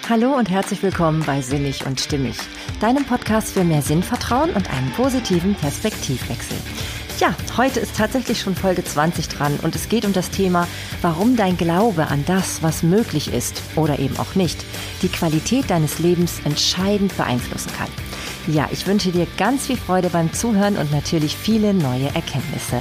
Hallo und herzlich willkommen bei Sinnig und Stimmig, deinem Podcast für mehr Sinnvertrauen und einen positiven Perspektivwechsel. Ja, heute ist tatsächlich schon Folge 20 dran und es geht um das Thema, warum dein Glaube an das, was möglich ist oder eben auch nicht, die Qualität deines Lebens entscheidend beeinflussen kann. Ja, ich wünsche dir ganz viel Freude beim Zuhören und natürlich viele neue Erkenntnisse.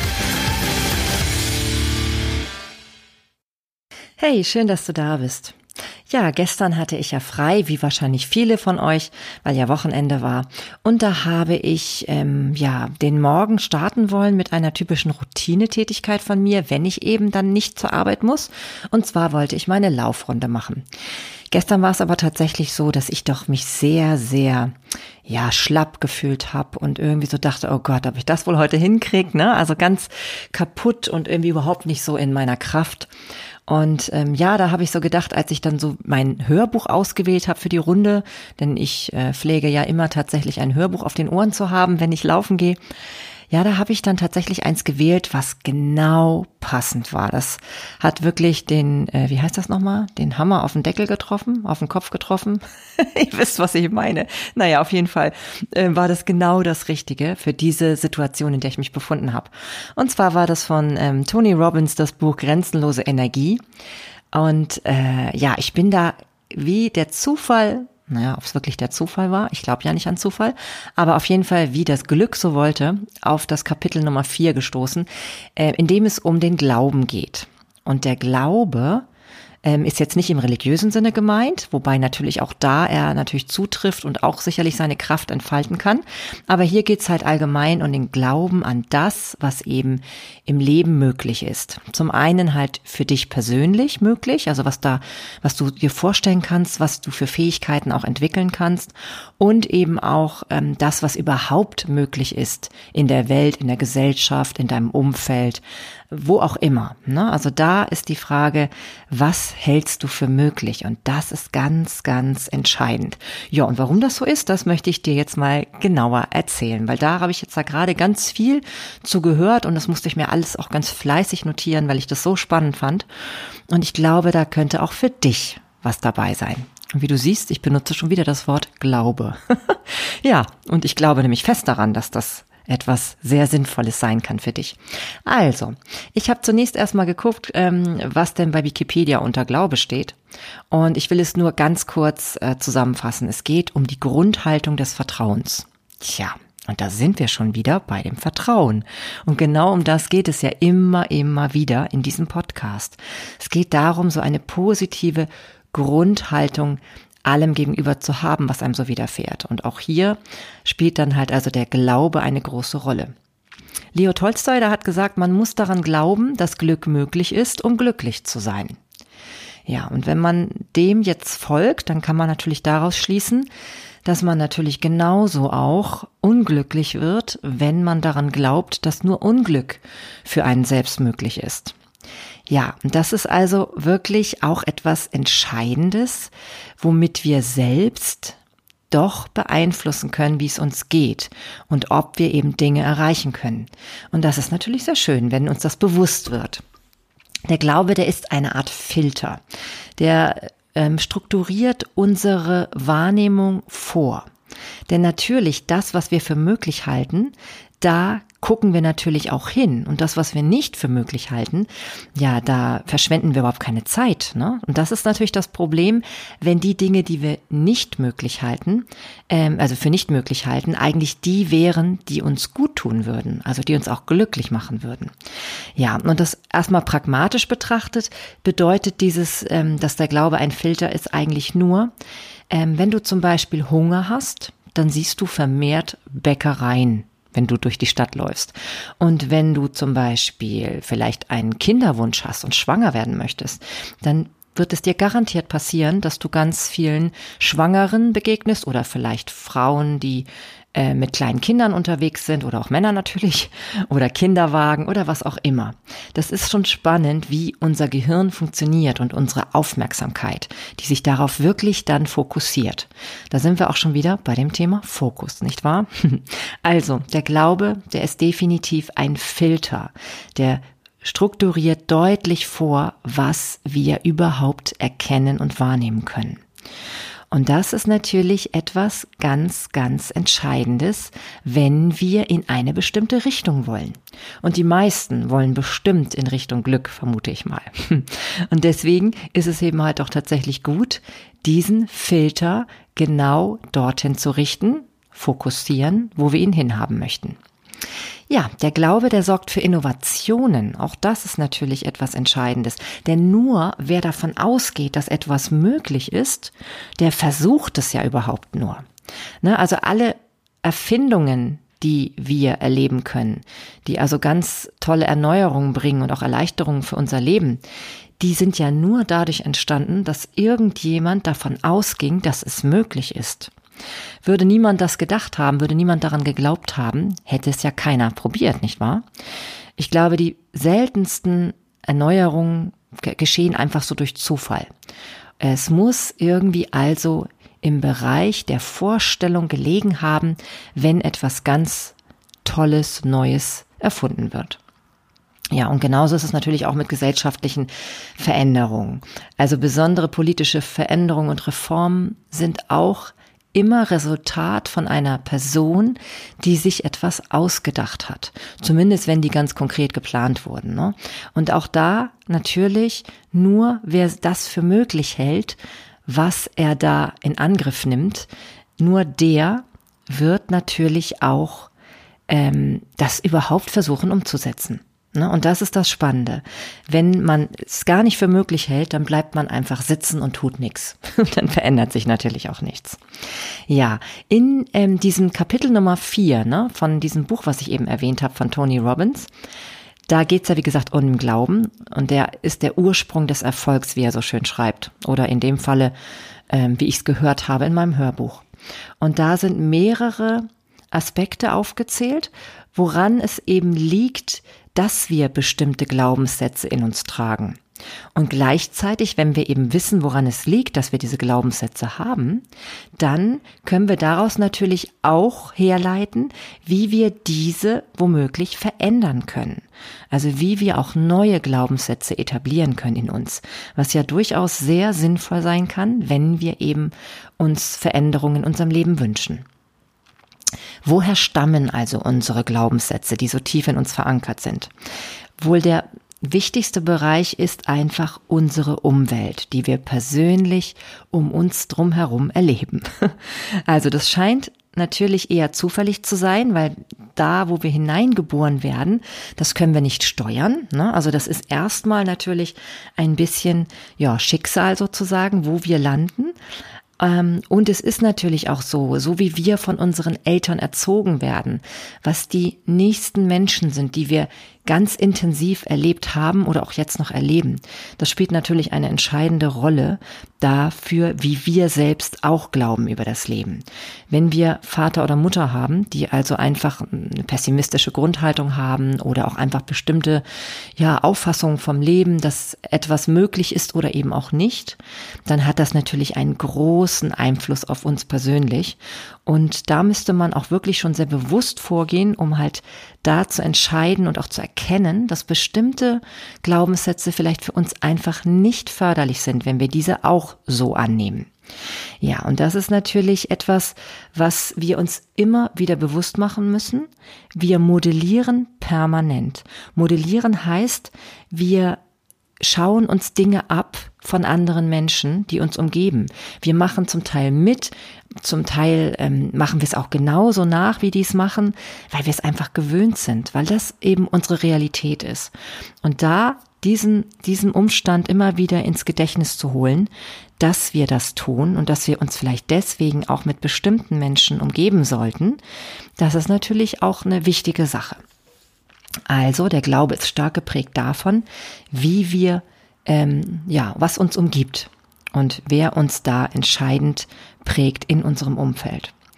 Hey, schön, dass du da bist. Ja, gestern hatte ich ja frei, wie wahrscheinlich viele von euch, weil ja Wochenende war. Und da habe ich den Morgen starten wollen mit einer typischen Routinetätigkeit von mir, wenn ich eben dann nicht zur Arbeit muss. Und zwar wollte ich meine Laufrunde machen. Gestern war es aber tatsächlich so, dass ich doch mich sehr, sehr schlapp gefühlt habe und irgendwie so dachte, oh Gott, ob ich das wohl heute hinkriege, ne? Also ganz kaputt und irgendwie überhaupt nicht so in meiner Kraft. Und da habe ich so gedacht, als ich dann so mein Hörbuch ausgewählt habe für die Runde, denn ich pflege ja immer tatsächlich ein Hörbuch auf den Ohren zu haben, wenn ich laufen gehe. Ja, da habe ich dann tatsächlich eins gewählt, was genau passend war. Das hat wirklich den Hammer auf den Deckel getroffen, auf den Kopf getroffen. Ihr wisst, was ich meine. Naja, auf jeden Fall war das genau das Richtige für diese Situation, in der ich mich befunden habe. Und zwar war das von Tony Robbins das Buch Grenzenlose Energie. Und ich bin da wie der Zufall, ob es wirklich der Zufall war, ich glaube ja nicht an Zufall, aber auf jeden Fall, wie das Glück so wollte, auf das Kapitel Nummer 4 gestoßen, in dem es um den Glauben geht. Und der Glaube ist jetzt nicht im religiösen Sinne gemeint, wobei natürlich auch da er natürlich zutrifft und auch sicherlich seine Kraft entfalten kann. Aber hier geht's halt allgemein um den Glauben an das, was eben im Leben möglich ist. Zum einen halt für dich persönlich möglich, also was du dir vorstellen kannst, was du für Fähigkeiten auch entwickeln kannst und eben auch das, was überhaupt möglich ist in der Welt, in der Gesellschaft, in deinem Umfeld, wo auch immer, ne? Also da ist die Frage, was hältst du für möglich? Und das ist ganz, ganz entscheidend. Ja, und warum das so ist, das möchte ich dir jetzt mal genauer erzählen, weil da habe ich jetzt da gerade ganz viel zu gehört und das musste ich mir alles auch ganz fleißig notieren, weil ich das so spannend fand. Und ich glaube, da könnte auch für dich was dabei sein. Und wie du siehst, ich benutze schon wieder das Wort Glaube. Ja, und ich glaube nämlich fest daran, dass das etwas sehr Sinnvolles sein kann für dich. Also, ich habe zunächst erstmal geguckt, was denn bei Wikipedia unter Glaube steht. Und ich will es nur ganz kurz zusammenfassen. Es geht um die Grundhaltung des Vertrauens. Tja, und da sind wir schon wieder bei dem Vertrauen. Und genau um das geht es ja immer wieder in diesem Podcast. Es geht darum, so eine positive Grundhaltung allem gegenüber zu haben, was einem so widerfährt. Und auch hier spielt dann halt also der Glaube eine große Rolle. Leo Tolstoi, der hat gesagt, man muss daran glauben, dass Glück möglich ist, um glücklich zu sein. Ja, und wenn man dem jetzt folgt, dann kann man natürlich daraus schließen, dass man natürlich genauso auch unglücklich wird, wenn man daran glaubt, dass nur Unglück für einen selbst möglich ist. Ja, und das ist also wirklich auch etwas Entscheidendes, womit wir selbst doch beeinflussen können, wie es uns geht und ob wir eben Dinge erreichen können. Und das ist natürlich sehr schön, wenn uns das bewusst wird. Der Glaube, der ist eine Art Filter, der strukturiert unsere Wahrnehmung vor. Denn natürlich das, was wir für möglich halten, da gucken wir natürlich auch hin. Und das, was wir nicht für möglich halten, ja, da verschwenden wir überhaupt keine Zeit, ne? Und das ist natürlich das Problem, wenn die Dinge, die wir nicht möglich halten, also für nicht möglich halten, eigentlich die wären, die uns gut tun würden, also die uns auch glücklich machen würden. Ja, und das erstmal pragmatisch betrachtet, bedeutet dieses, dass der Glaube ein Filter ist, eigentlich nur, wenn du zum Beispiel Hunger hast, dann siehst du vermehrt Bäckereien, wenn du durch die Stadt läufst. Und wenn du zum Beispiel vielleicht einen Kinderwunsch hast und schwanger werden möchtest, dann wird es dir garantiert passieren, dass du ganz vielen Schwangeren begegnest oder vielleicht Frauen, die mit kleinen Kindern unterwegs sind oder auch Männer natürlich oder Kinderwagen oder was auch immer. Das ist schon spannend, wie unser Gehirn funktioniert und unsere Aufmerksamkeit, die sich darauf wirklich dann fokussiert. Da sind wir auch schon wieder bei dem Thema Fokus, nicht wahr? Also, der Glaube, der ist definitiv ein Filter, der strukturiert deutlich vor, was wir überhaupt erkennen und wahrnehmen können. Und das ist natürlich etwas ganz, ganz Entscheidendes, wenn wir in eine bestimmte Richtung wollen. Und die meisten wollen bestimmt in Richtung Glück, vermute ich mal. Und deswegen ist es eben halt auch tatsächlich gut, diesen Filter genau dorthin zu richten, fokussieren, wo wir ihn hinhaben möchten. Ja, der Glaube, der sorgt für Innovationen. Auch das ist natürlich etwas Entscheidendes. Denn nur wer davon ausgeht, dass etwas möglich ist, der versucht es ja überhaupt nur. Ne? Also alle Erfindungen, die wir erleben können, die also ganz tolle Erneuerungen bringen und auch Erleichterungen für unser Leben, die sind ja nur dadurch entstanden, dass irgendjemand davon ausging, dass es möglich ist. Würde niemand das gedacht haben, würde niemand daran geglaubt haben, hätte es ja keiner probiert, nicht wahr? Ich glaube, die seltensten Erneuerungen geschehen einfach so durch Zufall. Es muss irgendwie also im Bereich der Vorstellung gelegen haben, wenn etwas ganz Tolles, Neues erfunden wird. Ja, und genauso ist es natürlich auch mit gesellschaftlichen Veränderungen. Also besondere politische Veränderungen und Reformen sind auch immer Resultat von einer Person, die sich etwas ausgedacht hat. Zumindest wenn die ganz konkret geplant wurden. Ne? Und auch da natürlich nur, wer das für möglich hält, was er da in Angriff nimmt, nur der wird natürlich auch das überhaupt versuchen umzusetzen. Und das ist das Spannende. Wenn man es gar nicht für möglich hält, dann bleibt man einfach sitzen und tut nichts. Dann verändert sich natürlich auch nichts. Ja, in diesem Kapitel Nummer 4 von diesem Buch, was ich eben erwähnt habe, von Tony Robbins, da geht's ja wie gesagt um den Glauben und der ist der Ursprung des Erfolgs, wie er so schön schreibt. Oder in dem Falle, wie ich es gehört habe in meinem Hörbuch. Und da sind mehrere Aspekte aufgezählt, woran es eben liegt, dass wir bestimmte Glaubenssätze in uns tragen. Und gleichzeitig, wenn wir eben wissen, woran es liegt, dass wir diese Glaubenssätze haben, dann können wir daraus natürlich auch herleiten, wie wir diese womöglich verändern können. Also wie wir auch neue Glaubenssätze etablieren können in uns, was ja durchaus sehr sinnvoll sein kann, wenn wir eben uns Veränderungen in unserem Leben wünschen. Woher stammen also unsere Glaubenssätze, die so tief in uns verankert sind? Wohl der wichtigste Bereich ist einfach unsere Umwelt, die wir persönlich um uns drumherum erleben. Also das scheint natürlich eher zufällig zu sein, weil da, wo wir hineingeboren werden, das können wir nicht steuern. Ne? Also das ist erstmal natürlich ein bisschen Schicksal sozusagen, wo wir landen. Und es ist natürlich auch so wie wir von unseren Eltern erzogen werden, was die nächsten Menschen sind, die wir ganz intensiv erlebt haben oder auch jetzt noch erleben. Das spielt natürlich eine entscheidende Rolle dafür, wie wir selbst auch glauben über das Leben. Wenn wir Vater oder Mutter haben, die also einfach eine pessimistische Grundhaltung haben oder auch einfach bestimmte Auffassungen vom Leben, dass etwas möglich ist oder eben auch nicht, dann hat das natürlich einen großen Einfluss auf uns persönlich. Und da müsste man auch wirklich schon sehr bewusst vorgehen, um halt da zu entscheiden und auch zu erkennen, dass bestimmte Glaubenssätze vielleicht für uns einfach nicht förderlich sind, wenn wir diese auch so annehmen. Ja, und das ist natürlich etwas, was wir uns immer wieder bewusst machen müssen. Wir modellieren permanent. Modellieren heißt, wir schauen uns Dinge ab von anderen Menschen, die uns umgeben. Wir machen zum Teil mit, zum Teil machen wir es auch genauso nach, wie die es machen, weil wir es einfach gewöhnt sind, weil das eben unsere Realität ist. Und da diesen Umstand immer wieder ins Gedächtnis zu holen, dass wir das tun und dass wir uns vielleicht deswegen auch mit bestimmten Menschen umgeben sollten, das ist natürlich auch eine wichtige Sache. Also der Glaube ist stark geprägt davon, wie wir, was uns umgibt und wer uns da entscheidend prägt in unserem Umfeld.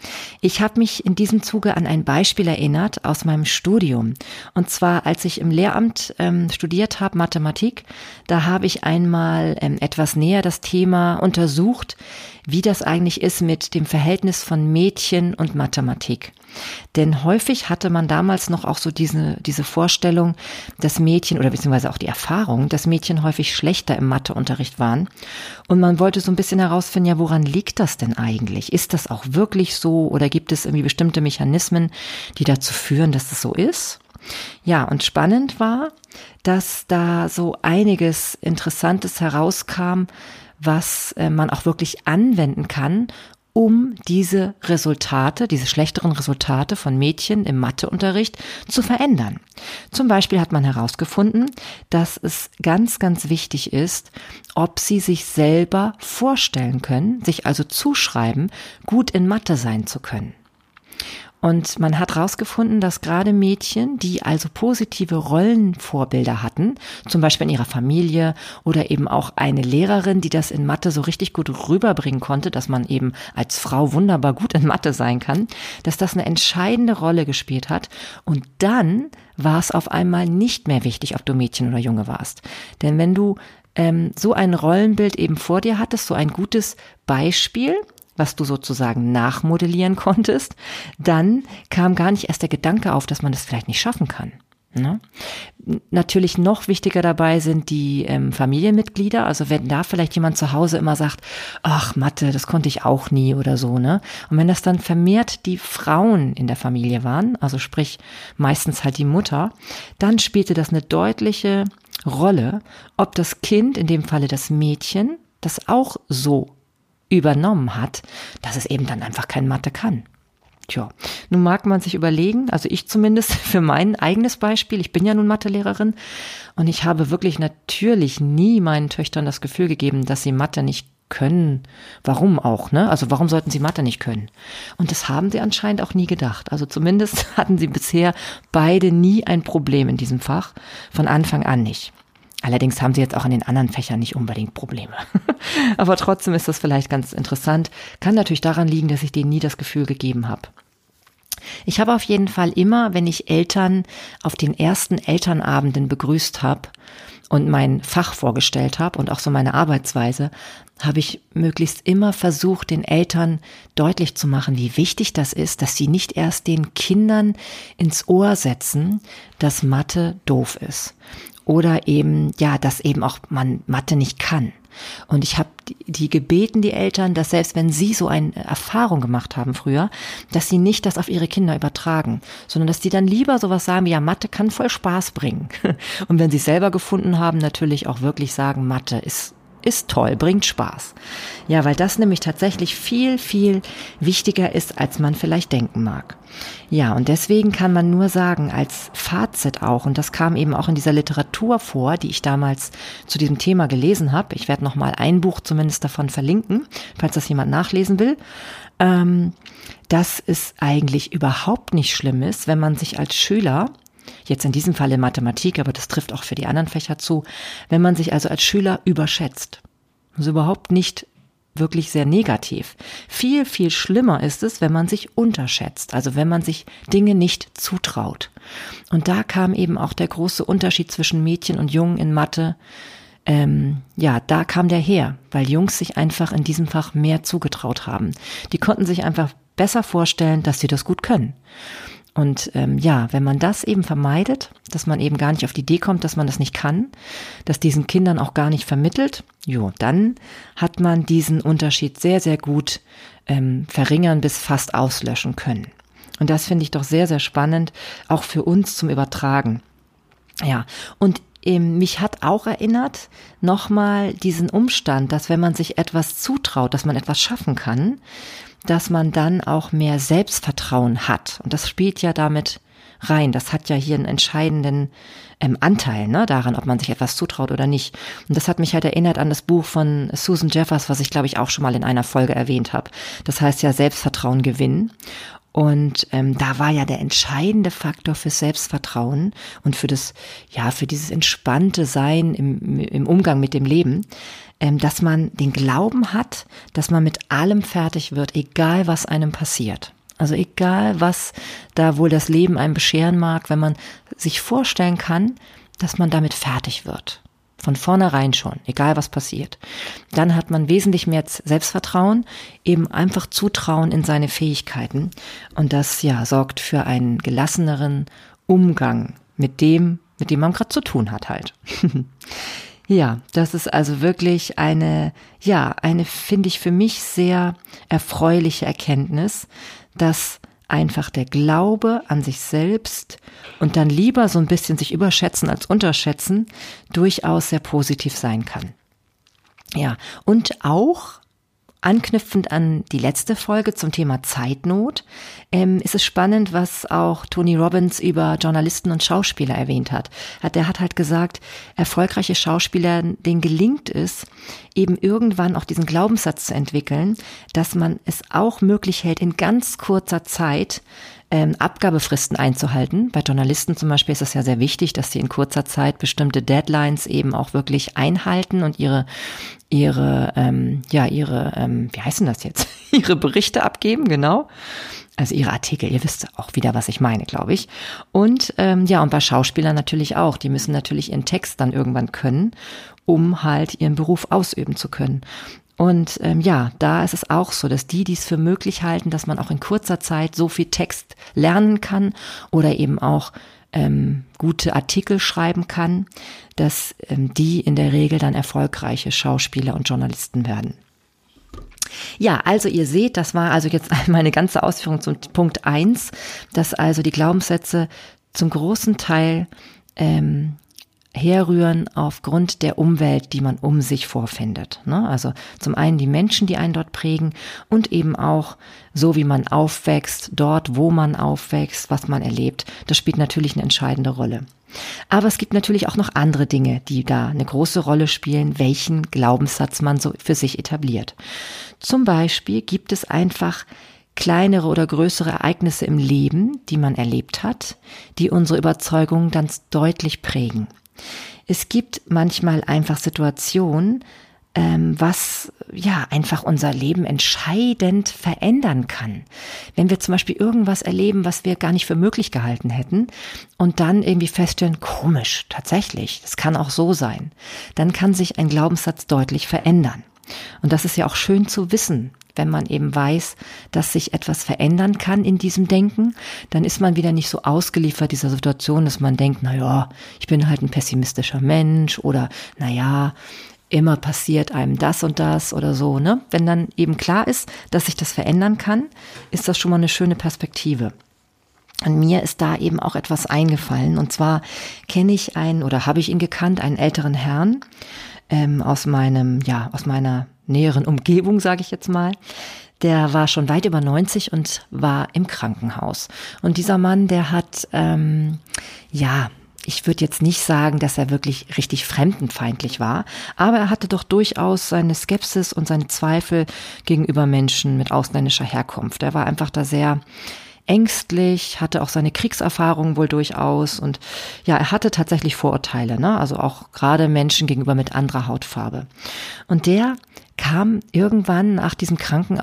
Ich habe mich in diesem Zuge an ein Beispiel erinnert aus meinem Studium. Und zwar, als ich im Lehramt studiert habe, Mathematik, da habe ich einmal etwas näher das Thema untersucht, wie das eigentlich ist mit dem Verhältnis von Mädchen und Mathematik. Denn häufig hatte man damals noch auch so diese Vorstellung, dass Mädchen oder beziehungsweise auch die Erfahrung, dass Mädchen häufig schlechter im Matheunterricht waren. Und man wollte so ein bisschen herausfinden, ja, woran liegt das denn eigentlich? Ist das auch wirklich so oder gibt es irgendwie bestimmte Mechanismen, die dazu führen, dass es so ist? Ja, und spannend war, dass da so einiges Interessantes herauskam, was man auch wirklich anwenden kann, um diese Resultate, diese schlechteren Resultate von Mädchen im Matheunterricht zu verändern. Zum Beispiel hat man herausgefunden, dass es ganz, ganz wichtig ist, ob sie sich selber vorstellen können, sich also zuschreiben, gut in Mathe sein zu können. Und man hat herausgefunden, dass gerade Mädchen, die also positive Rollenvorbilder hatten, zum Beispiel in ihrer Familie oder eben auch eine Lehrerin, die das in Mathe so richtig gut rüberbringen konnte, dass man eben als Frau wunderbar gut in Mathe sein kann, dass das eine entscheidende Rolle gespielt hat. Und dann war es auf einmal nicht mehr wichtig, ob du Mädchen oder Junge warst. Denn wenn du so ein Rollenbild eben vor dir hattest, so ein gutes Beispiel, was du sozusagen nachmodellieren konntest, dann kam gar nicht erst der Gedanke auf, dass man das vielleicht nicht schaffen kann. Ne? Natürlich noch wichtiger dabei sind die Familienmitglieder, also wenn da vielleicht jemand zu Hause immer sagt, ach Mathe, das konnte ich auch nie oder so, ne? Und wenn das dann vermehrt die Frauen in der Familie waren, also sprich meistens halt die Mutter, dann spielte das eine deutliche Rolle, ob das Kind, in dem Falle das Mädchen, das auch so übernommen hat, dass es eben dann einfach kein Mathe kann. Tja, nun mag man sich überlegen, also ich zumindest für mein eigenes Beispiel, ich bin ja nun Mathelehrerin und ich habe wirklich natürlich nie meinen Töchtern das Gefühl gegeben, dass sie Mathe nicht können. Warum auch, ne? Also warum sollten sie Mathe nicht können? Und das haben sie anscheinend auch nie gedacht. Also zumindest hatten sie bisher beide nie ein Problem in diesem Fach, von Anfang an nicht. Allerdings haben sie jetzt auch in den anderen Fächern nicht unbedingt Probleme. Aber trotzdem ist das vielleicht ganz interessant. Kann natürlich daran liegen, dass ich denen nie das Gefühl gegeben habe. Ich habe auf jeden Fall immer, wenn ich Eltern auf den ersten Elternabenden begrüßt habe und mein Fach vorgestellt habe und auch so meine Arbeitsweise, habe ich möglichst immer versucht, den Eltern deutlich zu machen, wie wichtig das ist, dass sie nicht erst den Kindern ins Ohr setzen, dass Mathe doof ist. Oder eben, ja, dass eben auch man Mathe nicht kann. Und ich habe die gebeten, die Eltern, dass selbst wenn sie so eine Erfahrung gemacht haben früher, dass sie nicht das auf ihre Kinder übertragen, sondern dass die dann lieber sowas sagen, ja, Mathe kann voll Spaß bringen. Und wenn sie es selber gefunden haben, natürlich auch wirklich sagen, Mathe ist toll, bringt Spaß. Ja, weil das nämlich tatsächlich viel, viel wichtiger ist, als man vielleicht denken mag. Ja, und deswegen kann man nur sagen, als Fazit auch, und das kam eben auch in dieser Literatur vor, die ich damals zu diesem Thema gelesen habe, ich werde nochmal ein Buch zumindest davon verlinken, falls das jemand nachlesen will, dass es eigentlich überhaupt nicht schlimm ist, wenn man sich als Schüler, jetzt in diesem Fall in Mathematik, aber das trifft auch für die anderen Fächer zu, wenn man sich also als Schüler überschätzt. Also überhaupt nicht wirklich sehr negativ. Viel, viel schlimmer ist es, wenn man sich unterschätzt, also wenn man sich Dinge nicht zutraut. Und da kam eben auch der große Unterschied zwischen Mädchen und Jungen in Mathe. Ja, da kam der her, weil Jungs sich einfach in diesem Fach mehr zugetraut haben. Die konnten sich einfach besser vorstellen, dass sie das gut können. Und ja, wenn man das eben vermeidet, dass man eben gar nicht auf die Idee kommt, dass man das nicht kann, dass diesen Kindern auch gar nicht vermittelt, dann hat man diesen Unterschied sehr, sehr gut verringern bis fast auslöschen können. Und das finde ich doch sehr, sehr spannend, auch für uns zum Übertragen. Ja, und mich hat auch erinnert nochmal diesen Umstand, dass wenn man sich etwas zutraut, dass man etwas schaffen kann, dass man dann auch mehr Selbstvertrauen hat. Und das spielt ja damit rein. Das hat ja hier einen entscheidenden Anteil, ne, daran, ob man sich etwas zutraut oder nicht. Und das hat mich halt erinnert an das Buch von Susan Jeffers, was ich, glaube ich, auch schon mal in einer Folge erwähnt habe. Das heißt ja Selbstvertrauen gewinnen. Und da war ja der entscheidende Faktor für Selbstvertrauen und für das, ja, für dieses entspannte Sein im Umgang mit dem Leben, dass man den Glauben hat, dass man mit allem fertig wird, egal was einem passiert. Also egal, was da wohl das Leben einem bescheren mag, wenn man sich vorstellen kann, dass man damit fertig wird. Von vornherein schon, egal was passiert. Dann hat man wesentlich mehr Selbstvertrauen, eben einfach Zutrauen in seine Fähigkeiten. Und das sorgt für einen gelasseneren Umgang mit dem man gerade zu tun hat halt. Ja, das ist also wirklich eine, finde ich für mich sehr erfreuliche Erkenntnis, dass einfach der Glaube an sich selbst und dann lieber so ein bisschen sich überschätzen als unterschätzen durchaus sehr positiv sein kann. Ja, und auch anknüpfend an die letzte Folge zum Thema Zeitnot, ist es spannend, was auch Tony Robbins über Journalisten und Schauspieler erwähnt hat. Der hat halt gesagt, erfolgreiche Schauspieler, denen gelingt es, eben irgendwann auch diesen Glaubenssatz zu entwickeln, dass man es auch möglich hält, in ganz kurzer Zeit Abgabefristen einzuhalten. Bei Journalisten zum Beispiel ist es ja sehr wichtig, dass sie in kurzer Zeit bestimmte Deadlines eben auch wirklich einhalten und ihre wie heißt denn das jetzt? Ihre Berichte abgeben, genau. Also ihre Artikel, ihr wisst auch wieder, was ich meine, glaube ich. Und und bei Schauspielern natürlich auch. Die müssen natürlich ihren Text dann irgendwann können, um halt ihren Beruf ausüben zu können. Und da ist es auch so, dass die es für möglich halten, dass man auch in kurzer Zeit so viel Text lernen kann oder eben auch gute Artikel schreiben kann, dass die in der Regel dann erfolgreiche Schauspieler und Journalisten werden. Ja, also ihr seht, das war also jetzt meine ganze Ausführung zum Punkt 1, dass also die Glaubenssätze zum großen Teil herrühren aufgrund der Umwelt, die man um sich vorfindet. Ne? Also zum einen die Menschen, die einen dort prägen und eben auch so, wie man aufwächst, dort, wo man aufwächst, was man erlebt. Das spielt natürlich eine entscheidende Rolle. Aber es gibt natürlich auch noch andere Dinge, die da eine große Rolle spielen, welchen Glaubenssatz man so für sich etabliert. Zum Beispiel gibt es einfach kleinere oder größere Ereignisse im Leben, die man erlebt hat, die unsere Überzeugungen ganz deutlich prägen. Es gibt manchmal einfach Situationen, was einfach unser Leben entscheidend verändern kann. Wenn wir zum Beispiel irgendwas erleben, was wir gar nicht für möglich gehalten hätten und dann irgendwie feststellen, komisch, tatsächlich, das kann auch so sein, dann kann sich ein Glaubenssatz deutlich verändern. Und das ist ja auch schön zu wissen. Wenn man eben weiß, dass sich etwas verändern kann in diesem Denken, dann ist man wieder nicht so ausgeliefert dieser Situation, dass man denkt, ich bin halt ein pessimistischer Mensch oder immer passiert einem das und das oder so, ne? Wenn dann eben klar ist, dass sich das verändern kann, ist das schon mal eine schöne Perspektive. An mir ist da eben auch etwas eingefallen und zwar habe ich ihn gekannt, einen älteren Herrn, aus meiner näheren Umgebung, sage ich jetzt mal. Der war schon weit über 90 und war im Krankenhaus. Und dieser Mann, der hat, ich würde jetzt nicht sagen, dass er wirklich richtig fremdenfeindlich war, aber er hatte doch durchaus seine Skepsis und seine Zweifel gegenüber Menschen mit ausländischer Herkunft. Er war einfach da sehr ängstlich, hatte auch seine Kriegserfahrungen wohl durchaus und er hatte tatsächlich Vorurteile, ne? Also auch gerade Menschen gegenüber mit anderer Hautfarbe. Und der kam irgendwann nach diesem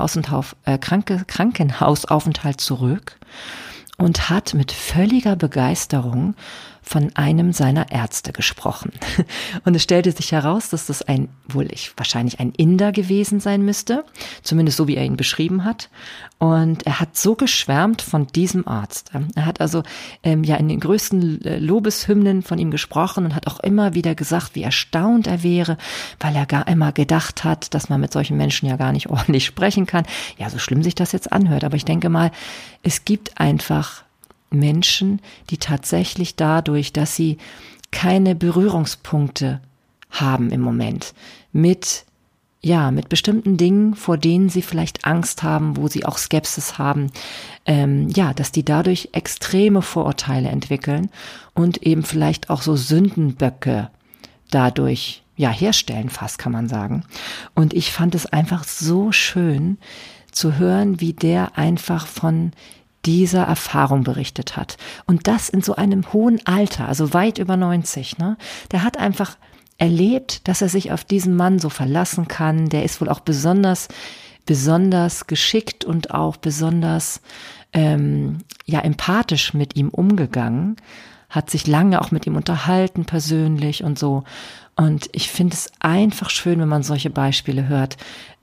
Krankenhausaufenthalt zurück und hat mit völliger Begeisterung von einem seiner Ärzte gesprochen. Und es stellte sich heraus, dass das wahrscheinlich ein Inder gewesen sein müsste, zumindest so, wie er ihn beschrieben hat. Und er hat so geschwärmt von diesem Arzt. Er hat also in den größten Lobeshymnen von ihm gesprochen und hat auch immer wieder gesagt, wie erstaunt er wäre, weil er gar immer gedacht hat, dass man mit solchen Menschen ja gar nicht ordentlich sprechen kann. Ja, so schlimm sich das jetzt anhört. Aber ich denke mal, es gibt einfach Menschen, die tatsächlich dadurch, dass sie keine Berührungspunkte haben im Moment mit bestimmten Dingen, vor denen sie vielleicht Angst haben, wo sie auch Skepsis haben, dass die dadurch extreme Vorurteile entwickeln und eben vielleicht auch so Sündenböcke dadurch herstellen, fast kann man sagen. Und ich fand es einfach so schön zu hören, wie der einfach von dieser Erfahrung berichtet hat. Und das in so einem hohen Alter, also weit über 90, ne? Der hat einfach erlebt, dass er sich auf diesen Mann so verlassen kann. Der ist wohl auch besonders geschickt und auch besonders empathisch mit ihm umgegangen, hat sich lange auch mit ihm unterhalten persönlich und so. Und ich finde es einfach schön, wenn man solche Beispiele hört.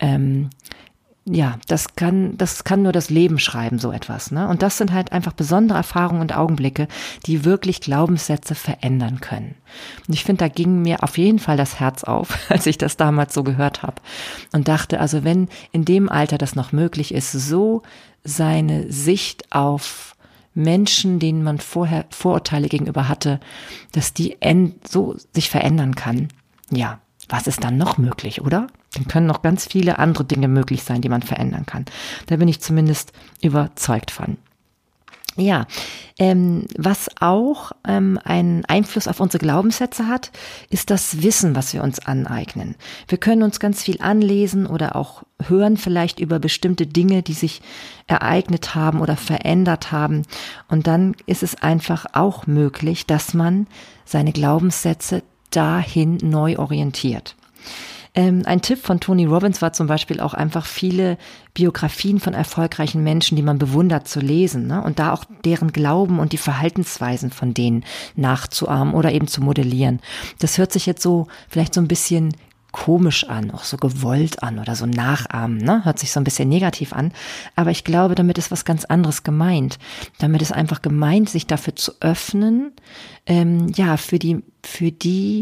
Das kann nur das Leben schreiben, so etwas, ne? Und das sind halt einfach besondere Erfahrungen und Augenblicke, die wirklich Glaubenssätze verändern können. Und ich finde, da ging mir auf jeden Fall das Herz auf, als ich das damals so gehört habe und dachte, also wenn in dem Alter das noch möglich ist, so seine Sicht auf Menschen, denen man vorher Vorurteile gegenüber hatte, dass die so sich verändern kann, ja, was ist dann noch möglich, oder? Dann können noch ganz viele andere Dinge möglich sein, die man verändern kann. Da bin ich zumindest überzeugt von. Ja, was auch einen Einfluss auf unsere Glaubenssätze hat, ist das Wissen, was wir uns aneignen. Wir können uns ganz viel anlesen oder auch hören vielleicht über bestimmte Dinge, die sich ereignet haben oder verändert haben. Und dann ist es einfach auch möglich, dass man seine Glaubenssätze dahin neu orientiert. Ein Tipp von Tony Robbins war zum Beispiel auch einfach viele Biografien von erfolgreichen Menschen, die man bewundert, zu lesen, ne? Und da auch deren Glauben und die Verhaltensweisen von denen nachzuahmen oder eben zu modellieren. Das hört sich jetzt so vielleicht so ein bisschen komisch an, auch so gewollt an oder so nachahmen, ne? Hört sich so ein bisschen negativ an. Aber ich glaube, damit ist was ganz anderes gemeint. Damit ist einfach gemeint, sich dafür zu öffnen, für die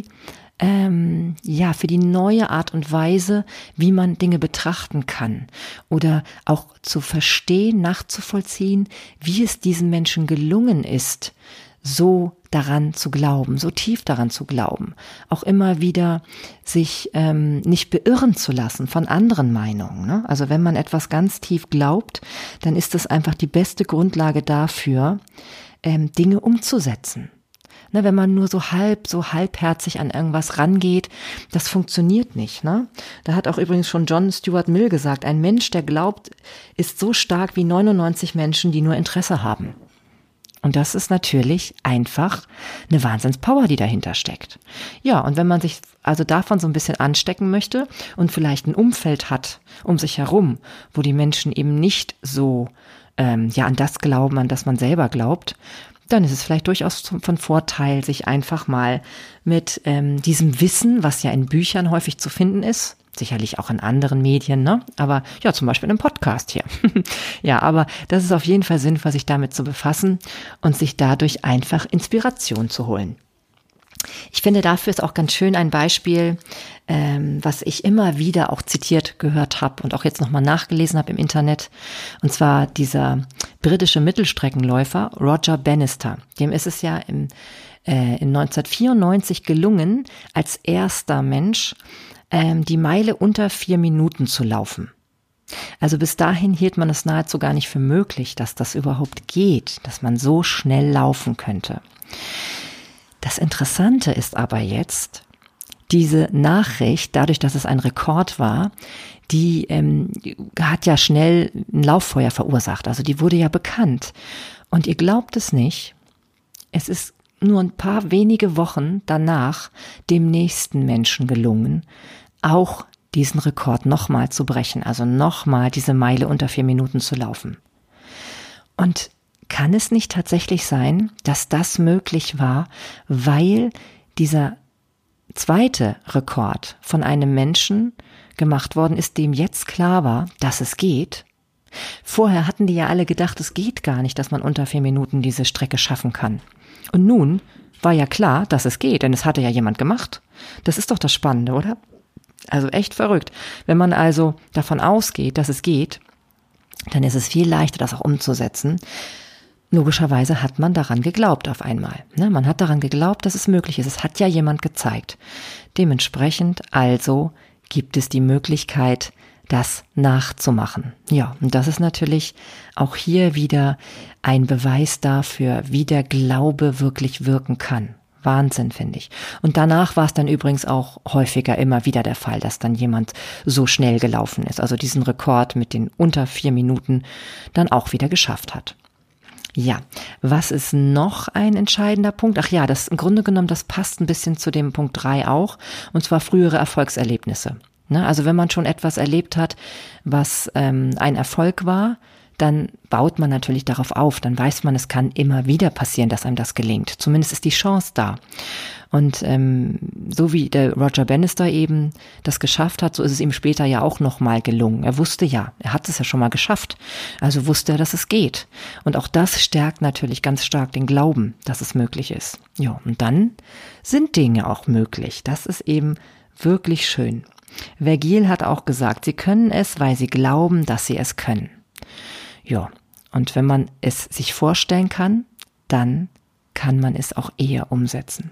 neue Art und Weise, wie man Dinge betrachten kann oder auch zu verstehen, nachzuvollziehen, wie es diesen Menschen gelungen ist, so daran zu glauben, so tief daran zu glauben, auch immer wieder sich nicht beirren zu lassen von anderen Meinungen, ne? Also wenn man etwas ganz tief glaubt, dann ist das einfach die beste Grundlage dafür, Dinge umzusetzen. Ne, wenn man nur so halbherzig an irgendwas rangeht, das funktioniert nicht, ne? Da hat auch übrigens schon John Stuart Mill gesagt, ein Mensch, der glaubt, ist so stark wie 99 Menschen, die nur Interesse haben. Und das ist natürlich einfach eine Wahnsinnspower, die dahinter steckt. Ja, und wenn man sich also davon so ein bisschen anstecken möchte und vielleicht ein Umfeld hat um sich herum, wo die Menschen eben nicht so an das glauben, an das man selber glaubt, dann ist es vielleicht durchaus von Vorteil, sich einfach mal mit diesem Wissen, was ja in Büchern häufig zu finden ist, sicherlich auch in anderen Medien, ne? Aber ja, zum Beispiel im Podcast hier. Ja, aber das ist auf jeden Fall sinnvoll, sich damit zu befassen und sich dadurch einfach Inspiration zu holen. Ich finde, dafür ist auch ganz schön ein Beispiel, was ich immer wieder auch zitiert gehört habe und auch jetzt nochmal nachgelesen habe im Internet. Und zwar dieser britische Mittelstreckenläufer Roger Bannister. Dem ist es ja in 1994 gelungen, als erster Mensch die Meile unter 4 Minuten zu laufen. Also bis dahin hielt man es nahezu gar nicht für möglich, dass das überhaupt geht, dass man so schnell laufen könnte. Das Interessante ist aber jetzt, diese Nachricht, dadurch, dass es ein Rekord war, die hat ja schnell ein Lauffeuer verursacht. Also die wurde ja bekannt. Und ihr glaubt es nicht, es ist nur ein paar wenige Wochen danach dem nächsten Menschen gelungen, auch diesen Rekord nochmal zu brechen, also nochmal diese Meile unter 4 Minuten zu laufen. Und kann es nicht tatsächlich sein, dass das möglich war, weil dieser zweite Rekord von einem Menschen gemacht worden ist, dem jetzt klar war, dass es geht? Vorher hatten die ja alle gedacht, es geht gar nicht, dass man unter 4 Minuten diese Strecke schaffen kann. Und nun war ja klar, dass es geht, denn es hatte ja jemand gemacht. Das ist doch das Spannende, oder? Also echt verrückt. Wenn man also davon ausgeht, dass es geht, dann ist es viel leichter, das auch umzusetzen. Logischerweise hat man daran geglaubt auf einmal. Ne? Man hat daran geglaubt, dass es möglich ist. Es hat ja jemand gezeigt. Dementsprechend also gibt es die Möglichkeit, das nachzumachen. Ja, und das ist natürlich auch hier wieder ein Beweis dafür, wie der Glaube wirklich wirken kann. Wahnsinn, finde ich. Und danach war es dann übrigens auch häufiger immer wieder der Fall, dass dann jemand so schnell gelaufen ist, also diesen Rekord mit den unter 4 Minuten dann auch wieder geschafft hat. Ja, was ist noch ein entscheidender Punkt? Ach ja, das im Grunde genommen, das passt ein bisschen zu dem Punkt 3 auch, und zwar frühere Erfolgserlebnisse. Ne? Also wenn man schon etwas erlebt hat, was ein Erfolg war, dann baut man natürlich darauf auf. Dann weiß man, es kann immer wieder passieren, dass einem das gelingt. Zumindest ist die Chance da. Und so wie der Roger Bannister eben das geschafft hat, so ist es ihm später ja auch nochmal gelungen. Er wusste ja, er hat es ja schon mal geschafft. Also wusste er, dass es geht. Und auch das stärkt natürlich ganz stark den Glauben, dass es möglich ist. Ja, und dann sind Dinge auch möglich. Das ist eben wirklich schön. Vergil hat auch gesagt, sie können es, weil sie glauben, dass sie es können. Ja, und wenn man es sich vorstellen kann, dann kann man es auch eher umsetzen.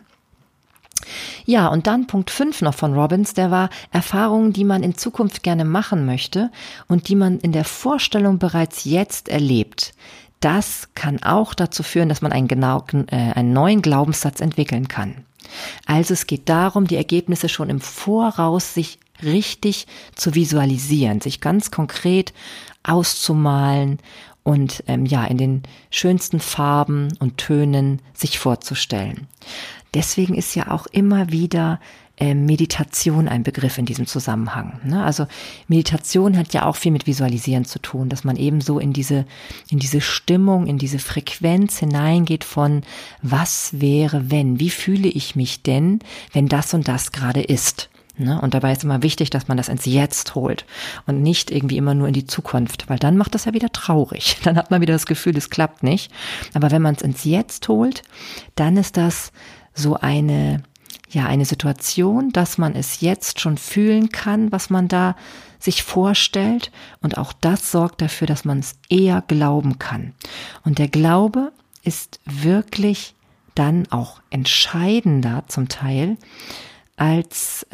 Ja, und dann Punkt 5 noch von Robbins, der war Erfahrungen, die man in Zukunft gerne machen möchte und die man in der Vorstellung bereits jetzt erlebt. Das kann auch dazu führen, dass man einen neuen Glaubenssatz entwickeln kann. Also es geht darum, die Ergebnisse schon im Voraus sich richtig zu visualisieren, sich ganz konkret auszumalen und in den schönsten Farben und Tönen sich vorzustellen. Deswegen ist ja auch immer wieder Meditation ein Begriff in diesem Zusammenhang. Ne? Also Meditation hat ja auch viel mit Visualisieren zu tun, dass man eben so in diese Stimmung, in diese Frequenz hineingeht von was wäre, wenn, wie fühle ich mich denn, wenn das und das gerade ist. Ne? Und dabei ist immer wichtig, dass man das ins Jetzt holt und nicht irgendwie immer nur in die Zukunft, weil dann macht das ja wieder traurig. Dann hat man wieder das Gefühl, es klappt nicht. Aber wenn man es ins Jetzt holt, dann ist das so eine Situation, dass man es jetzt schon fühlen kann, was man da sich vorstellt. Und auch das sorgt dafür, dass man es eher glauben kann. Und der Glaube ist wirklich dann auch entscheidender zum Teil, als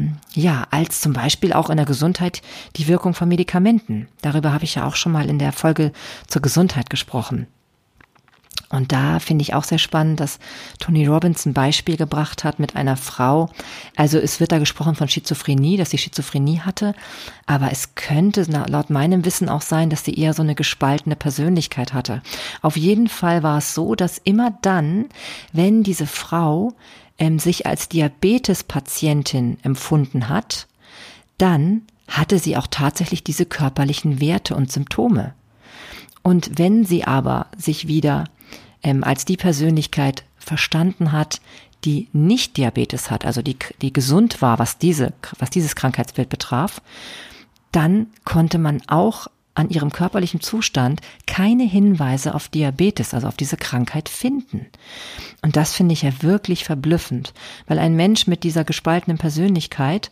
zum Beispiel auch in der Gesundheit die Wirkung von Medikamenten. Darüber habe ich ja auch schon mal in der Folge zur Gesundheit gesprochen. Und da finde ich auch sehr spannend, dass Tony Robbins ein Beispiel gebracht hat mit einer Frau. Also es wird da gesprochen von Schizophrenie, dass sie Schizophrenie hatte. Aber es könnte laut meinem Wissen auch sein, dass sie eher so eine gespaltene Persönlichkeit hatte. Auf jeden Fall war es so, dass immer dann, wenn diese Frau sich als Diabetespatientin empfunden hat, dann hatte sie auch tatsächlich diese körperlichen Werte und Symptome. Und wenn sie aber sich wieder als die Persönlichkeit verstanden hat, die nicht Diabetes hat, also die gesund war, was dieses Krankheitsbild betraf, dann konnte man auch an ihrem körperlichen Zustand keine Hinweise auf Diabetes, also auf diese Krankheit finden. Und das finde ich ja wirklich verblüffend, weil ein Mensch mit dieser gespaltenen Persönlichkeit,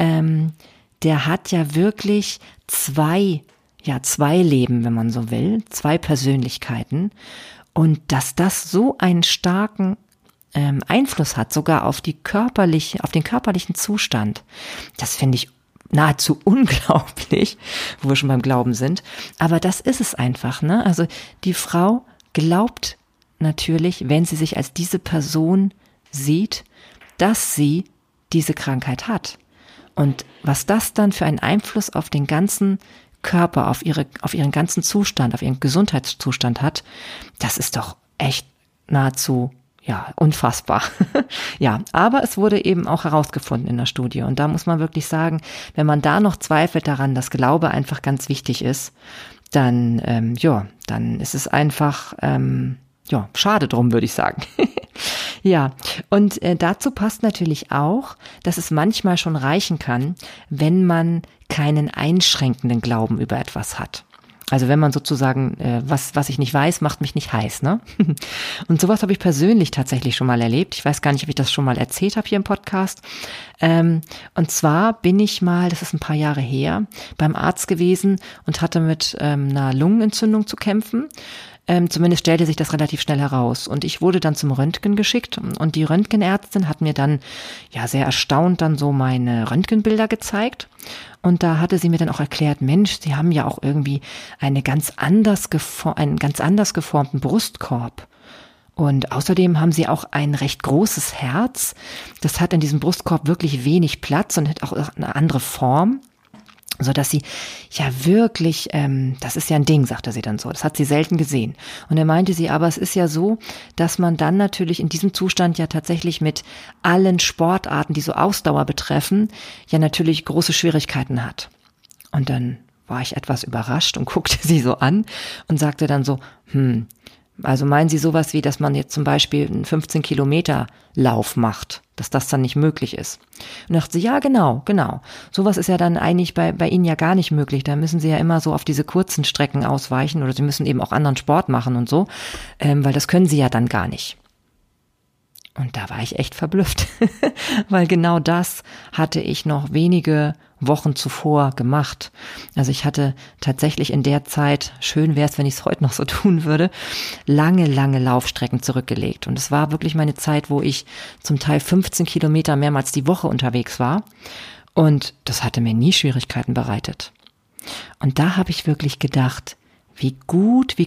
der hat ja wirklich zwei Leben, wenn man so will, zwei Persönlichkeiten. Und dass das so einen starken Einfluss hat, sogar auf den körperlichen Zustand, das finde ich nahezu unglaublich, wo wir schon beim Glauben sind. Aber das ist es einfach, ne? Also die Frau glaubt natürlich, wenn sie sich als diese Person sieht, dass sie diese Krankheit hat. Und was das dann für einen Einfluss auf den ganzen Körper, auf ihren ganzen Zustand, auf ihren Gesundheitszustand hat, das ist doch echt nahezu unfassbar. Ja, aber es wurde eben auch herausgefunden in der Studie. Und da muss man wirklich sagen, wenn man da noch zweifelt daran, dass Glaube einfach ganz wichtig ist, dann ist es einfach schade drum, würde ich sagen. Ja, und dazu passt natürlich auch, dass es manchmal schon reichen kann, wenn man keinen einschränkenden Glauben über etwas hat. Also wenn man sozusagen, was ich nicht weiß, macht mich nicht heiß, ne? Und sowas habe ich persönlich tatsächlich schon mal erlebt. Ich weiß gar nicht, ob ich das schon mal erzählt habe hier im Podcast. Und zwar bin ich mal, das ist ein paar Jahre her, beim Arzt gewesen und hatte mit einer Lungenentzündung zu kämpfen. Zumindest stellte sich das relativ schnell heraus. Und ich wurde dann zum Röntgen geschickt und die Röntgenärztin hat mir dann sehr erstaunt dann so meine Röntgenbilder gezeigt. Und da hatte sie mir dann auch erklärt, Mensch, Sie haben ja auch irgendwie einen ganz anders geformten Brustkorb. Und außerdem haben Sie auch ein recht großes Herz. Das hat in diesem Brustkorb wirklich wenig Platz und hat auch eine andere Form. so dass sie ja wirklich, das ist ja ein Ding, sagte sie dann so, das hat sie selten gesehen. Und er meinte sie, aber es ist ja so, dass man dann natürlich in diesem Zustand ja tatsächlich mit allen Sportarten, die so Ausdauer betreffen, ja natürlich große Schwierigkeiten hat. Und dann war ich etwas überrascht und guckte sie so an und sagte dann so, also meinen Sie sowas wie, dass man jetzt zum Beispiel einen 15 Kilometer Lauf macht, dass das dann nicht möglich ist? Und dachte sie, ja, genau. Sowas ist ja dann eigentlich bei Ihnen ja gar nicht möglich. Da müssen Sie ja immer so auf diese kurzen Strecken ausweichen oder Sie müssen eben auch anderen Sport machen und so, weil das können Sie ja dann gar nicht. Und da war ich echt verblüfft, weil genau das hatte ich noch wenige Wochen zuvor gemacht. Also ich hatte tatsächlich in der Zeit, schön wäre es, wenn ich es heute noch so tun würde, lange Laufstrecken zurückgelegt. Und es war wirklich meine Zeit, wo ich zum Teil 15 Kilometer mehrmals die Woche unterwegs war. Und das hatte mir nie Schwierigkeiten bereitet. Und da habe ich wirklich gedacht, wie gut,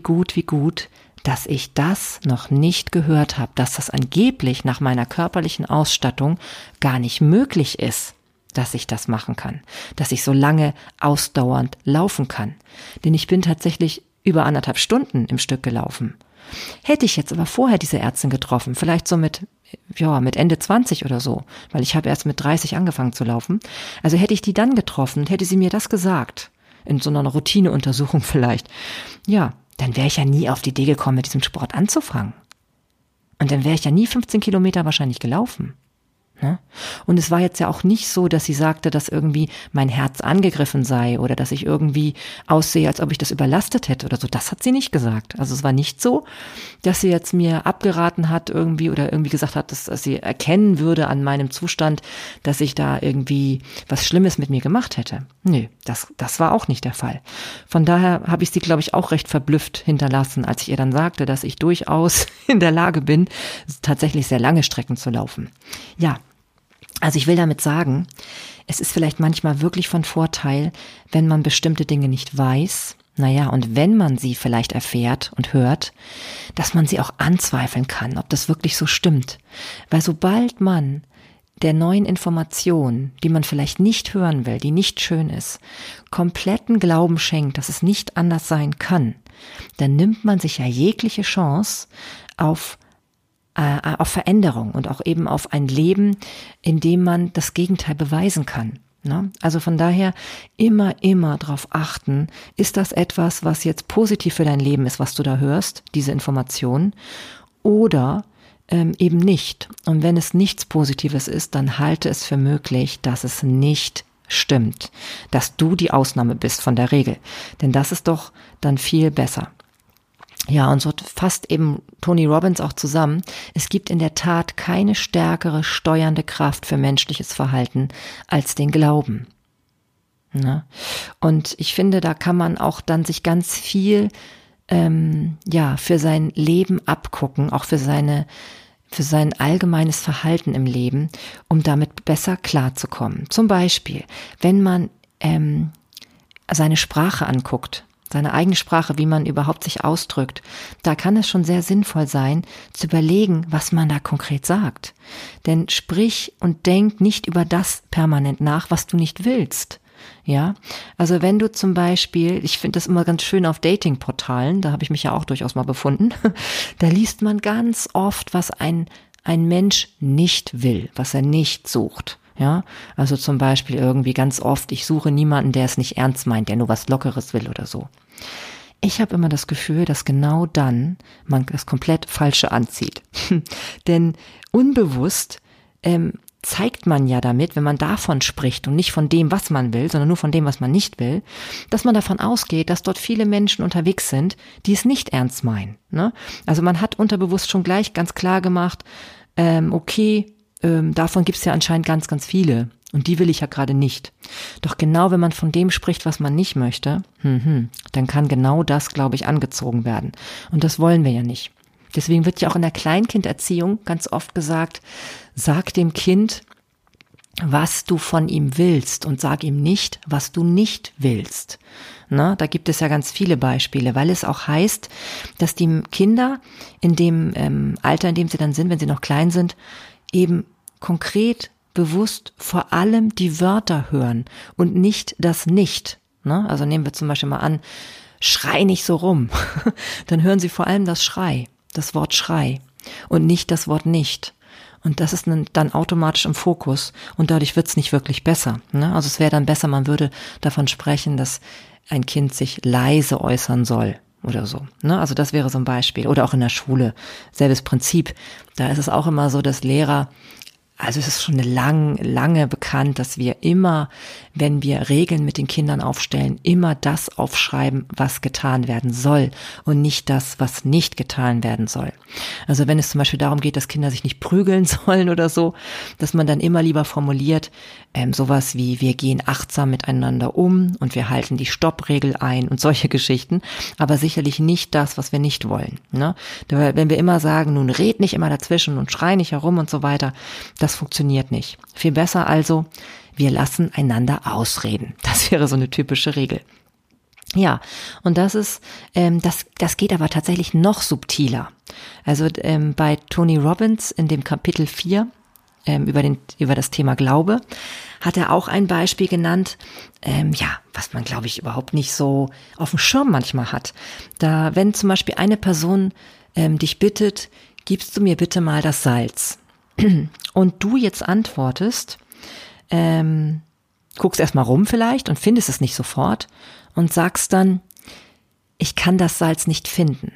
dass ich das noch nicht gehört habe, dass das angeblich nach meiner körperlichen Ausstattung gar nicht möglich ist, dass ich das machen kann, dass ich so lange ausdauernd laufen kann. Denn ich bin tatsächlich über 1,5 Stunden im Stück gelaufen. Hätte ich jetzt aber vorher diese Ärztin getroffen, vielleicht so mit Ende 20 oder so, weil ich habe erst mit 30 angefangen zu laufen, also hätte ich die dann getroffen, hätte sie mir das gesagt, in so einer Routineuntersuchung vielleicht, ja, dann wäre ich ja nie auf die Idee gekommen, mit diesem Sport anzufangen. Und dann wäre ich ja nie 15 Kilometer wahrscheinlich gelaufen. Ne? Und es war jetzt ja auch nicht so, dass sie sagte, dass irgendwie mein Herz angegriffen sei oder dass ich irgendwie aussehe, als ob ich das überlastet hätte oder so. Das hat sie nicht gesagt. Also es war nicht so, dass sie jetzt mir abgeraten hat irgendwie oder irgendwie gesagt hat, dass sie erkennen würde an meinem Zustand, dass ich da irgendwie was Schlimmes mit mir gemacht hätte. Nö, das war auch nicht der Fall. Von daher habe ich sie, glaube ich, auch recht verblüfft hinterlassen, als ich ihr dann sagte, dass ich durchaus in der Lage bin, tatsächlich sehr lange Strecken zu laufen. Ja. Also ich will damit sagen, es ist vielleicht manchmal wirklich von Vorteil, wenn man bestimmte Dinge nicht weiß, und wenn man sie vielleicht erfährt und hört, dass man sie auch anzweifeln kann, ob das wirklich so stimmt. Weil sobald man der neuen Information, die man vielleicht nicht hören will, die nicht schön ist, kompletten Glauben schenkt, dass es nicht anders sein kann, dann nimmt man sich ja jegliche Chance auf Veränderung und auch eben auf ein Leben, in dem man das Gegenteil beweisen kann. Ne? Also von daher immer darauf achten, ist das etwas, was jetzt positiv für dein Leben ist, was du da hörst, diese Information, oder eben nicht. Und wenn es nichts Positives ist, dann halte es für möglich, dass es nicht stimmt, dass du die Ausnahme bist von der Regel. Denn das ist doch dann viel besser. Ja, und so fasst eben Tony Robbins auch zusammen, es gibt in der Tat keine stärkere steuernde Kraft für menschliches Verhalten als den Glauben. Ja. Und ich finde, da kann man auch dann sich ganz viel für sein Leben abgucken, auch für sein allgemeines Verhalten im Leben, um damit besser klarzukommen. Zum Beispiel, wenn man seine Sprache anguckt, seine eigene Sprache, wie man überhaupt sich ausdrückt, da kann es schon sehr sinnvoll sein, zu überlegen, was man da konkret sagt. Denn sprich und denk nicht über das permanent nach, was du nicht willst. Ja, also wenn du zum Beispiel, ich finde das immer ganz schön auf Datingportalen, da habe ich mich ja auch durchaus mal befunden, da liest man ganz oft, was ein Mensch nicht will, was er nicht sucht. Ja, also zum Beispiel irgendwie ganz oft, ich suche niemanden, der es nicht ernst meint, der nur was Lockeres will oder so. Ich habe immer das Gefühl, dass genau dann man das komplett Falsche anzieht. Denn unbewusst zeigt man ja damit, wenn man davon spricht und nicht von dem, was man will, sondern nur von dem, was man nicht will, dass man davon ausgeht, dass dort viele Menschen unterwegs sind, die es nicht ernst meinen. Ne? Also man hat unterbewusst schon gleich ganz klar gemacht, davon gibt es ja anscheinend ganz viele und die will ich ja gerade nicht. Doch genau wenn man von dem spricht, was man nicht möchte, dann kann genau das, glaube ich, angezogen werden. Und das wollen wir ja nicht. Deswegen wird ja auch in der Kleinkinderziehung ganz oft gesagt, sag dem Kind, was du von ihm willst und sag ihm nicht, was du nicht willst. Na, da gibt es ja ganz viele Beispiele, weil es auch heißt, dass die Kinder in dem Alter, in dem sie dann sind, wenn sie noch klein sind, eben konkret bewusst vor allem die Wörter hören und nicht das Nicht. Ne? Also nehmen wir zum Beispiel mal an, schrei nicht so rum. Dann hören Sie vor allem das Schrei, das Wort Schrei und nicht das Wort Nicht. Und das ist dann automatisch im Fokus und dadurch wird's nicht wirklich besser. Ne? Also es wäre dann besser, man würde davon sprechen, dass ein Kind sich leise äußern soll oder so. Ne? Also das wäre so ein Beispiel. Oder auch in der Schule, selbes Prinzip. Da ist es auch immer so, dass Lehrer, also es ist schon lange bekannt, dass wir immer, wenn wir Regeln mit den Kindern aufstellen, immer das aufschreiben, was getan werden soll und nicht das, was nicht getan werden soll. Also wenn es zum Beispiel darum geht, dass Kinder sich nicht prügeln sollen oder so, dass man dann immer lieber formuliert, sowas wie wir gehen achtsam miteinander um und wir halten die Stoppregel ein und solche Geschichten, aber sicherlich nicht das, was wir nicht wollen. Ne? Wenn wir immer sagen, nun red nicht immer dazwischen und schrei nicht herum und so weiter, das funktioniert nicht. Viel besser also, wir lassen einander ausreden. Das wäre so eine typische Regel. Ja, und das ist, das geht aber tatsächlich noch subtiler. Also bei Tony Robbins in dem Kapitel 4 über das Thema Glaube hat er auch ein Beispiel genannt, was man, glaube ich, überhaupt nicht so auf dem Schirm manchmal hat. Da, wenn zum Beispiel eine Person dich bittet, gibst du mir bitte mal das Salz? Und du jetzt antwortest, guckst erstmal rum vielleicht und findest es nicht sofort und sagst dann, ich kann das Salz nicht finden.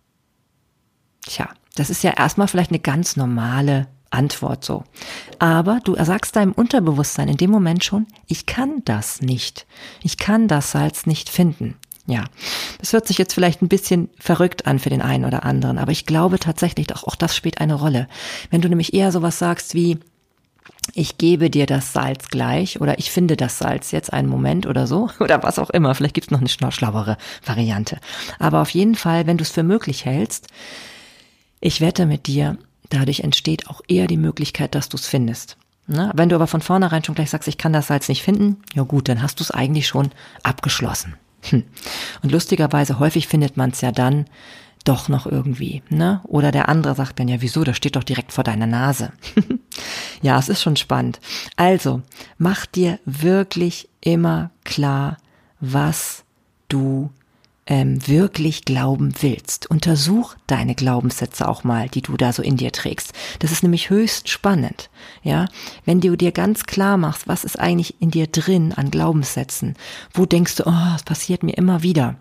Tja, das ist ja erstmal vielleicht eine ganz normale Antwort so. Aber du sagst deinem Unterbewusstsein in dem Moment schon, ich kann das nicht. Ich kann das Salz nicht finden. Ja, das hört sich jetzt vielleicht ein bisschen verrückt an für den einen oder anderen, aber ich glaube tatsächlich, auch das spielt eine Rolle. Wenn du nämlich eher sowas sagst wie, ich gebe dir das Salz gleich oder ich finde das Salz jetzt einen Moment oder so oder was auch immer, vielleicht gibt's noch eine schlauere Variante. Aber auf jeden Fall, wenn du es für möglich hältst, ich wette mit dir, dadurch entsteht auch eher die Möglichkeit, dass du es findest. Na, wenn du aber von vornherein schon gleich sagst, ich kann das Salz nicht finden, ja gut, dann hast du es eigentlich schon abgeschlossen. Und lustigerweise häufig findet man es ja dann doch noch irgendwie, ne? Oder der andere sagt dann, ja wieso, das steht doch direkt vor deiner Nase. Ja, es ist schon spannend. Also, mach dir wirklich immer klar, was du wirklich glauben willst. Untersuch deine Glaubenssätze auch mal, die du da so in dir trägst. Das ist nämlich höchst spannend, ja. Wenn du dir ganz klar machst, was ist eigentlich in dir drin an Glaubenssätzen, wo denkst du, oh, es passiert mir immer wieder,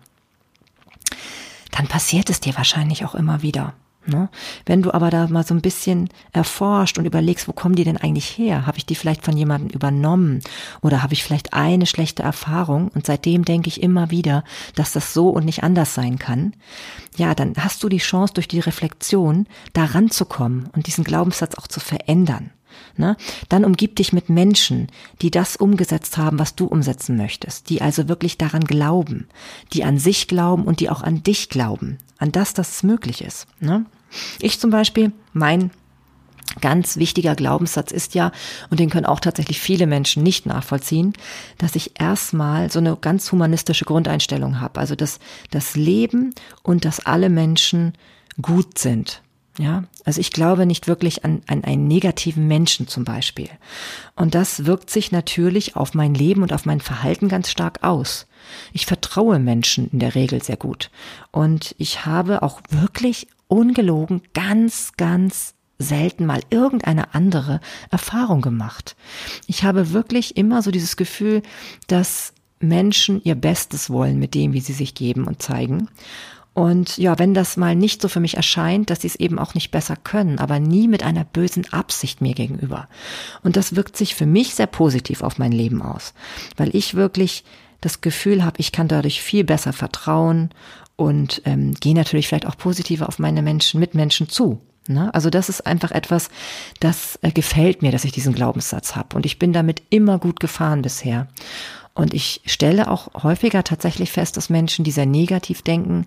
dann passiert es dir wahrscheinlich auch immer wieder. Ne? Wenn du aber da mal so ein bisschen erforscht und überlegst, wo kommen die denn eigentlich her? Habe ich die vielleicht von jemandem übernommen? Oder habe ich vielleicht eine schlechte Erfahrung und seitdem denke ich immer wieder, dass das so und nicht anders sein kann? Ja, dann hast du die Chance, durch die Reflexion da ranzukommen und diesen Glaubenssatz auch zu verändern. Ne? Dann umgib dich mit Menschen, die das umgesetzt haben, was du umsetzen möchtest, die also wirklich daran glauben, die an sich glauben und die auch an dich glauben, an das, dass es möglich ist. Ne? Ich zum Beispiel, mein ganz wichtiger Glaubenssatz ist ja, und den können auch tatsächlich viele Menschen nicht nachvollziehen, dass ich erstmal so eine ganz humanistische Grundeinstellung habe, also dass das Leben und dass alle Menschen gut sind. Ja, also ich glaube nicht wirklich an einen negativen Menschen zum Beispiel. Und das wirkt sich natürlich auf mein Leben und auf mein Verhalten ganz stark aus. Ich vertraue Menschen in der Regel sehr gut. Und ich habe auch wirklich ungelogen ganz, ganz selten mal irgendeine andere Erfahrung gemacht. Ich habe wirklich immer so dieses Gefühl, dass Menschen ihr Bestes wollen mit dem, wie sie sich geben und zeigen. Und ja, wenn das mal nicht so für mich erscheint, dass sie es eben auch nicht besser können, aber nie mit einer bösen Absicht mir gegenüber. Und das wirkt sich für mich sehr positiv auf mein Leben aus, weil ich wirklich das Gefühl habe, ich kann dadurch viel besser vertrauen und gehe natürlich vielleicht auch positiver auf meine Mitmenschen zu. Ne? Also das ist einfach etwas, das gefällt mir, dass ich diesen Glaubenssatz habe. Und ich bin damit immer gut gefahren bisher. Und ich stelle auch häufiger tatsächlich fest, dass Menschen, die sehr negativ denken,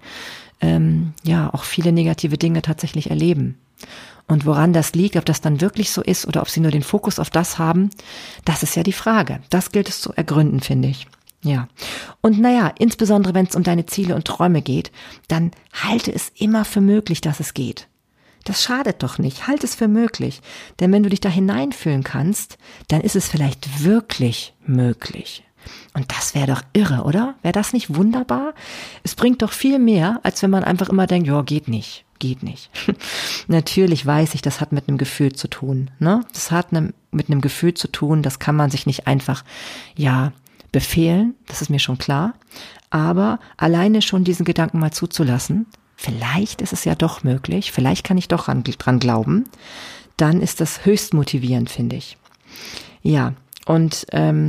auch viele negative Dinge tatsächlich erleben. Und woran das liegt, ob das dann wirklich so ist oder ob sie nur den Fokus auf das haben, das ist ja die Frage. Das gilt es zu ergründen, finde ich. Ja. Und insbesondere wenn es um deine Ziele und Träume geht, dann halte es immer für möglich, dass es geht. Das schadet doch nicht. Halt es für möglich. Denn wenn du dich da hineinfühlen kannst, dann ist es vielleicht wirklich möglich. Und das wäre doch irre, oder? Wäre das nicht wunderbar? Es bringt doch viel mehr, als wenn man einfach immer denkt, ja, geht nicht. Natürlich weiß ich, das hat mit einem Gefühl zu tun, ne? Das hat mit einem Gefühl zu tun, das kann man sich nicht einfach, befehlen, das ist mir schon klar. Aber alleine schon diesen Gedanken mal zuzulassen, vielleicht ist es ja doch möglich, vielleicht kann ich doch dran glauben, dann ist das höchst motivierend, finde ich. Ja, und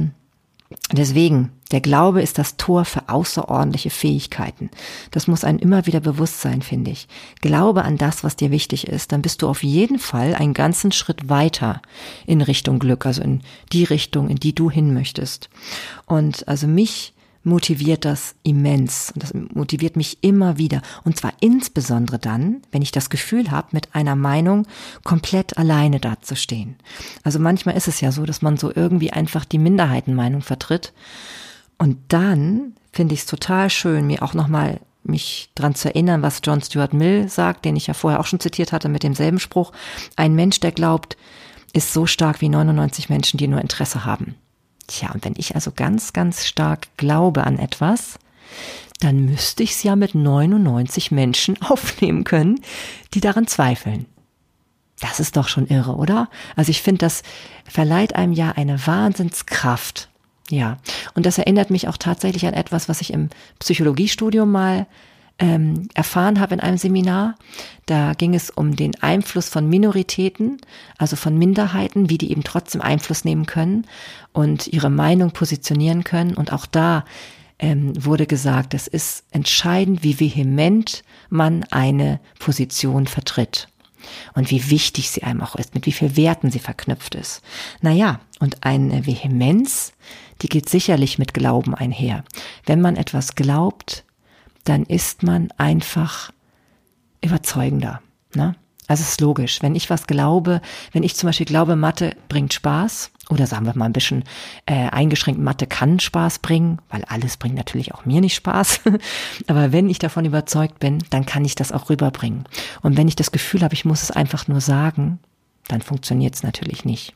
deswegen, der Glaube ist das Tor für außerordentliche Fähigkeiten. Das muss einem immer wieder bewusst sein, finde ich. Glaube an das, was dir wichtig ist, dann bist du auf jeden Fall einen ganzen Schritt weiter in Richtung Glück, also in die Richtung, in die du hin möchtest. Und also mich motiviert das immens und das motiviert mich immer wieder und zwar insbesondere dann, wenn ich das Gefühl habe, mit einer Meinung komplett alleine dazustehen. Also manchmal ist es ja so, dass man so irgendwie einfach die Minderheitenmeinung vertritt und dann finde ich es total schön, mir auch nochmal mich dran zu erinnern, was John Stuart Mill sagt, den ich ja vorher auch schon zitiert hatte mit demselben Spruch: Ein Mensch, der glaubt, ist so stark wie 99 Menschen, die nur Interesse haben. Tja, und wenn ich also ganz, ganz stark glaube an etwas, dann müsste ich es ja mit 99 Menschen aufnehmen können, die daran zweifeln. Das ist doch schon irre, oder? Also ich finde, das verleiht einem ja eine Wahnsinnskraft. Ja, und das erinnert mich auch tatsächlich an etwas, was ich im Psychologiestudium mal erfahren habe in einem Seminar. Da ging es um den Einfluss von Minoritäten, also von Minderheiten, wie die eben trotzdem Einfluss nehmen können und ihre Meinung positionieren können. Und auch da wurde gesagt, es ist entscheidend, wie vehement man eine Position vertritt. Und wie wichtig sie einem auch ist, mit wie vielen Werten sie verknüpft ist. Naja, und eine Vehemenz, die geht sicherlich mit Glauben einher. Wenn man etwas glaubt, dann ist man einfach überzeugender, ne? Also es ist logisch, wenn ich was glaube, wenn ich zum Beispiel glaube, Mathe bringt Spaß, oder sagen wir mal ein bisschen eingeschränkt, Mathe kann Spaß bringen, weil alles bringt natürlich auch mir nicht Spaß, aber wenn ich davon überzeugt bin, dann kann ich das auch rüberbringen. Und wenn ich das Gefühl habe, ich muss es einfach nur sagen, dann funktioniert es natürlich nicht.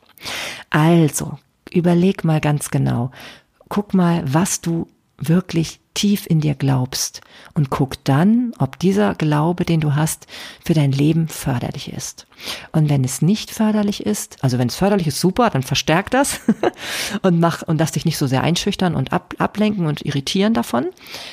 Also, überleg mal ganz genau, guck mal, was du wirklich tief in dir glaubst und guck dann, ob dieser Glaube, den du hast, für dein Leben förderlich ist. Und wenn es nicht förderlich ist, also wenn es förderlich ist, super, dann verstärk das und lass dich nicht so sehr einschüchtern und ablenken und irritieren davon,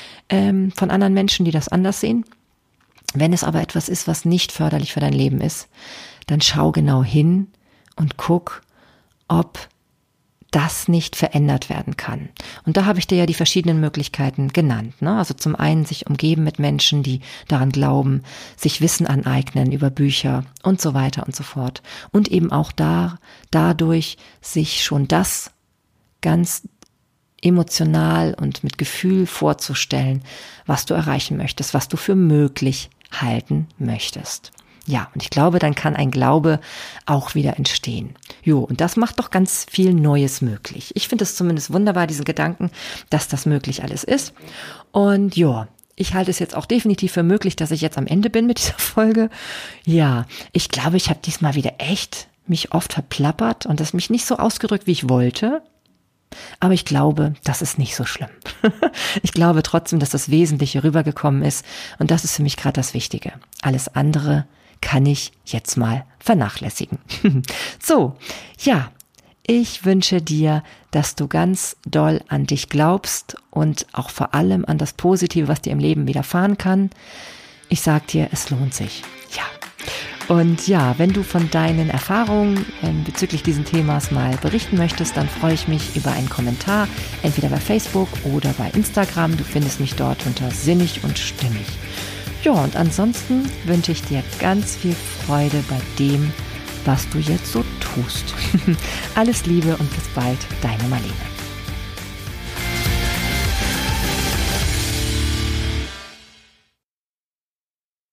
von anderen Menschen, die das anders sehen. Wenn es aber etwas ist, was nicht förderlich für dein Leben ist, dann schau genau hin und guck, ob das nicht verändert werden kann. Und da habe ich dir ja die verschiedenen Möglichkeiten genannt, ne? Also zum einen sich umgeben mit Menschen, die daran glauben, sich Wissen aneignen über Bücher und so weiter und so fort. Und eben auch dadurch sich schon das ganz emotional und mit Gefühl vorzustellen, was du erreichen möchtest, was du für möglich halten möchtest. Ja, und ich glaube, dann kann ein Glaube auch wieder entstehen. Jo, und das macht doch ganz viel Neues möglich. Ich finde es zumindest wunderbar, diesen Gedanken, dass das möglich alles ist. Und ja, ich halte es jetzt auch definitiv für möglich, dass ich jetzt am Ende bin mit dieser Folge. Ja, ich glaube, ich habe diesmal wieder echt mich oft verplappert und das mich nicht so ausgedrückt, wie ich wollte. Aber ich glaube, das ist nicht so schlimm. Ich glaube trotzdem, dass das Wesentliche rübergekommen ist und das ist für mich gerade das Wichtige. Alles andere kann ich jetzt mal vernachlässigen. So, ja, ich wünsche dir, dass du ganz doll an dich glaubst und auch vor allem an das Positive, was dir im Leben widerfahren kann. Ich sag dir, es lohnt sich. Ja. Und ja, wenn du von deinen Erfahrungen bezüglich dieses Themas mal berichten möchtest, dann freue ich mich über einen Kommentar, entweder bei Facebook oder bei Instagram. Du findest mich dort unter Sinnig und Stimmig. Ja, und ansonsten wünsche ich dir ganz viel Freude bei dem, was du jetzt so tust. Alles Liebe und bis bald, deine Marlene.